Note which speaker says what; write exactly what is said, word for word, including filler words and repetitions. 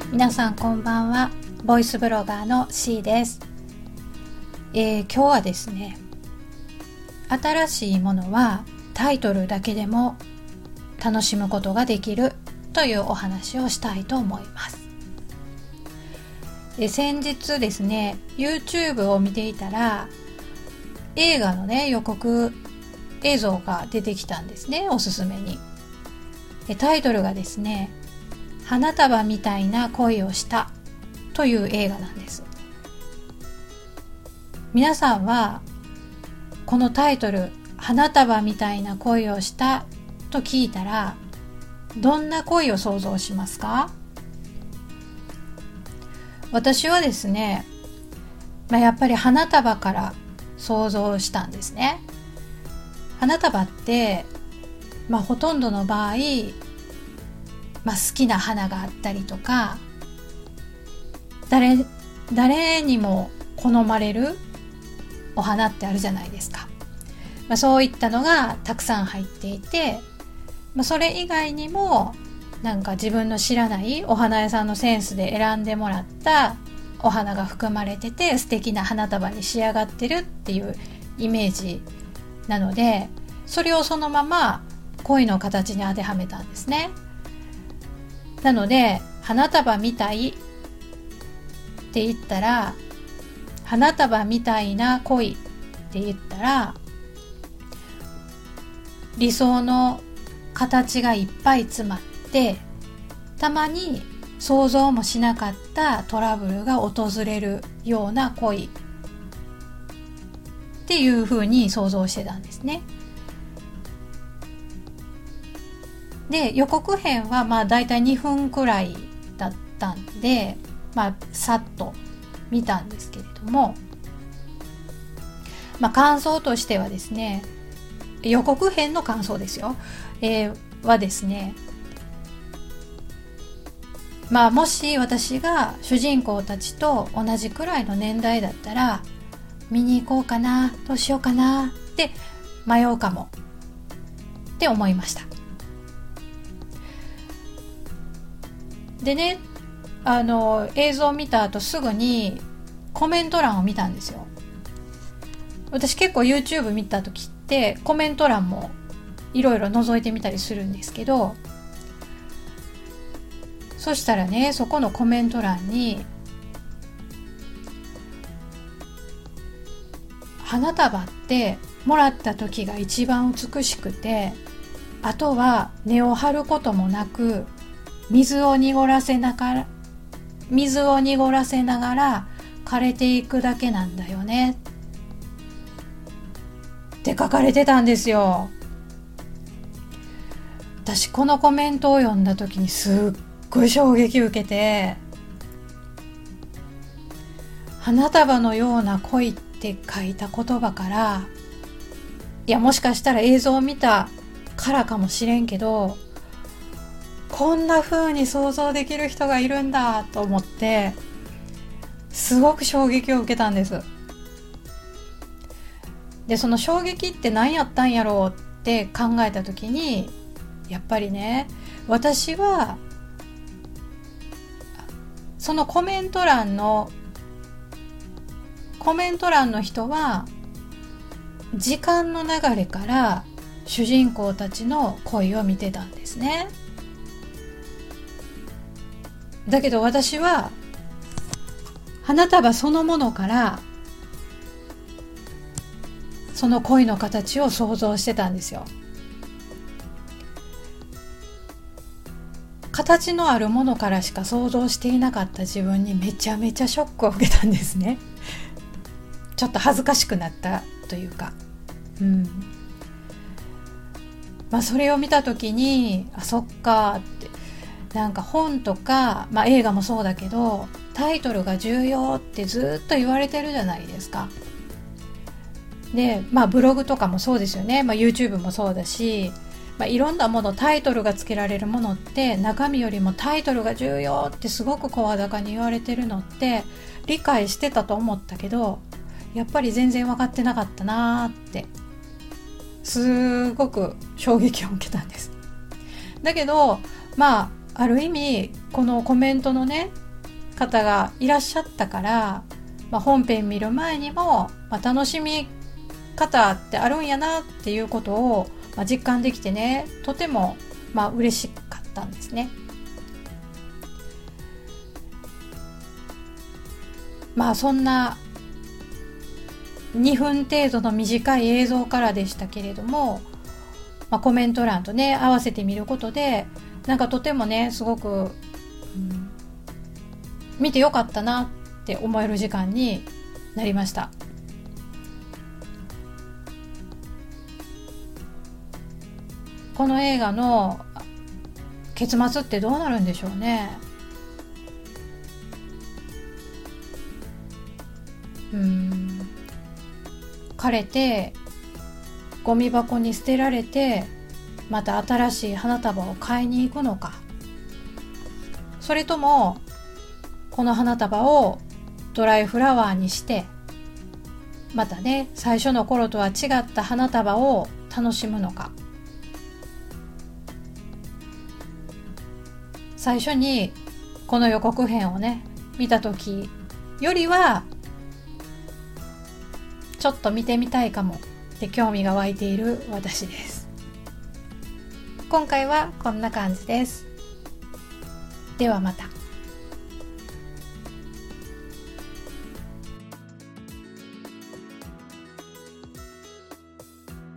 Speaker 1: 皆さんこんばんは。ボイスブロガーの C です。えー、今日はですね、新しいものはタイトルだけでも楽しむことができるというお話をしたいと思います。で先日ですね YouTube を見ていたら映画のね予告映像が出てきたんですね。おすすめにでタイトルがですね、花束みたいな恋をしたという映画なんです。皆さんはこのタイトル、花束みたいな恋をしたと聞いたらどんな恋を想像しますか？私はですね、まあ、やっぱり花束から想像したんですね。花束って、まあ、ほとんどの場合、まあ、好きな花があったりとか、誰、誰にも好まれるお花ってあるじゃないですか。まあ、そういったのがたくさん入っていて、まあ、それ以外にもなんか自分の知らないお花屋さんのセンスで選んでもらったお花が含まれてて素敵な花束に仕上がってるっていうイメージなので、それをそのまま恋の形に当てはめたんですね。なので花束みたいって言ったら、花束みたいな恋って言ったら、理想の形がいっぱい詰まって、たまに想像もしなかったトラブルが訪れるような恋っていう風に想像してたんですね。で予告編はまあだいたいにふんくらいだったんで、まあさっと見たんですけれども、まあ感想としてはですね、予告編の感想ですよ、えー、はですね、まあもし私が主人公たちと同じくらいの年代だったら見に行こうかな、どうしようかなって迷うかもって思いました。でね、あの映像を見た後すぐにコメント欄を見たんですよ。私結構 YouTube 見た時ってコメント欄もいろいろ覗いてみたりするんですけど、そしたらね、そこのコメント欄に花束ってもらった時が一番美しくて、あとは根を張ることもなく水を濁らせながら水を濁らせながら枯れていくだけなんだよねって書かれてたんですよ。私このコメントを読んだ時にすっごい衝撃を受けて、花束のような恋って書いた言葉から、いやもしかしたら映像を見たからかもしれんけど、こんな風に想像できる人がいるんだと思ってすごく衝撃を受けたんです。でその衝撃って何やったんやろうって考えた時に、やっぱりね、私はそのコメント欄のコメント欄の人は時間の流れから主人公たちの恋を見てたんですね。だけど私は花束そのものからその恋の形を想像してたんですよ。形のあるものからしか想像していなかった自分にめちゃめちゃショックを受けたんですね。ちょっと恥ずかしくなったというか、うんまあ、それを見た時にあそっかって、なんか本とか、まあ、映画もそうだけどタイトルが重要ってずっと言われてるじゃないですか。で、まあ、ブログとかもそうですよね、まあ、YouTube もそうだし、まあ、いろんなもの、タイトルがつけられるものって中身よりもタイトルが重要ってすごく声高に言われてるのって理解してたと思ったけど、やっぱり全然分かってなかったなってすごく衝撃を受けたんです。だけどまあある意味このコメントのね方がいらっしゃったから、まあ、本編見る前にも、まあ、楽しみ方ってあるんやなっていうことを、まあ、実感できてね、とてもまあ嬉しかったんですね。まあそんなにふん程度の短い映像からでしたけれども、まあ、コメント欄とね合わせてみることで、なんかとてもねすごく、うん、見てよかったなって思える時間になりました。この映画の結末ってどうなるんでしょうね。うーん枯れてゴミ箱に捨てられて、また新しい花束を買いに行くのか、それともこの花束をドライフラワーにしてまたね最初の頃とは違った花束を楽しむのか。最初にこの予告編をね見た時よりはちょっと見てみたいかもって興味が湧いている私です。今回はこんな感じです。ではまた。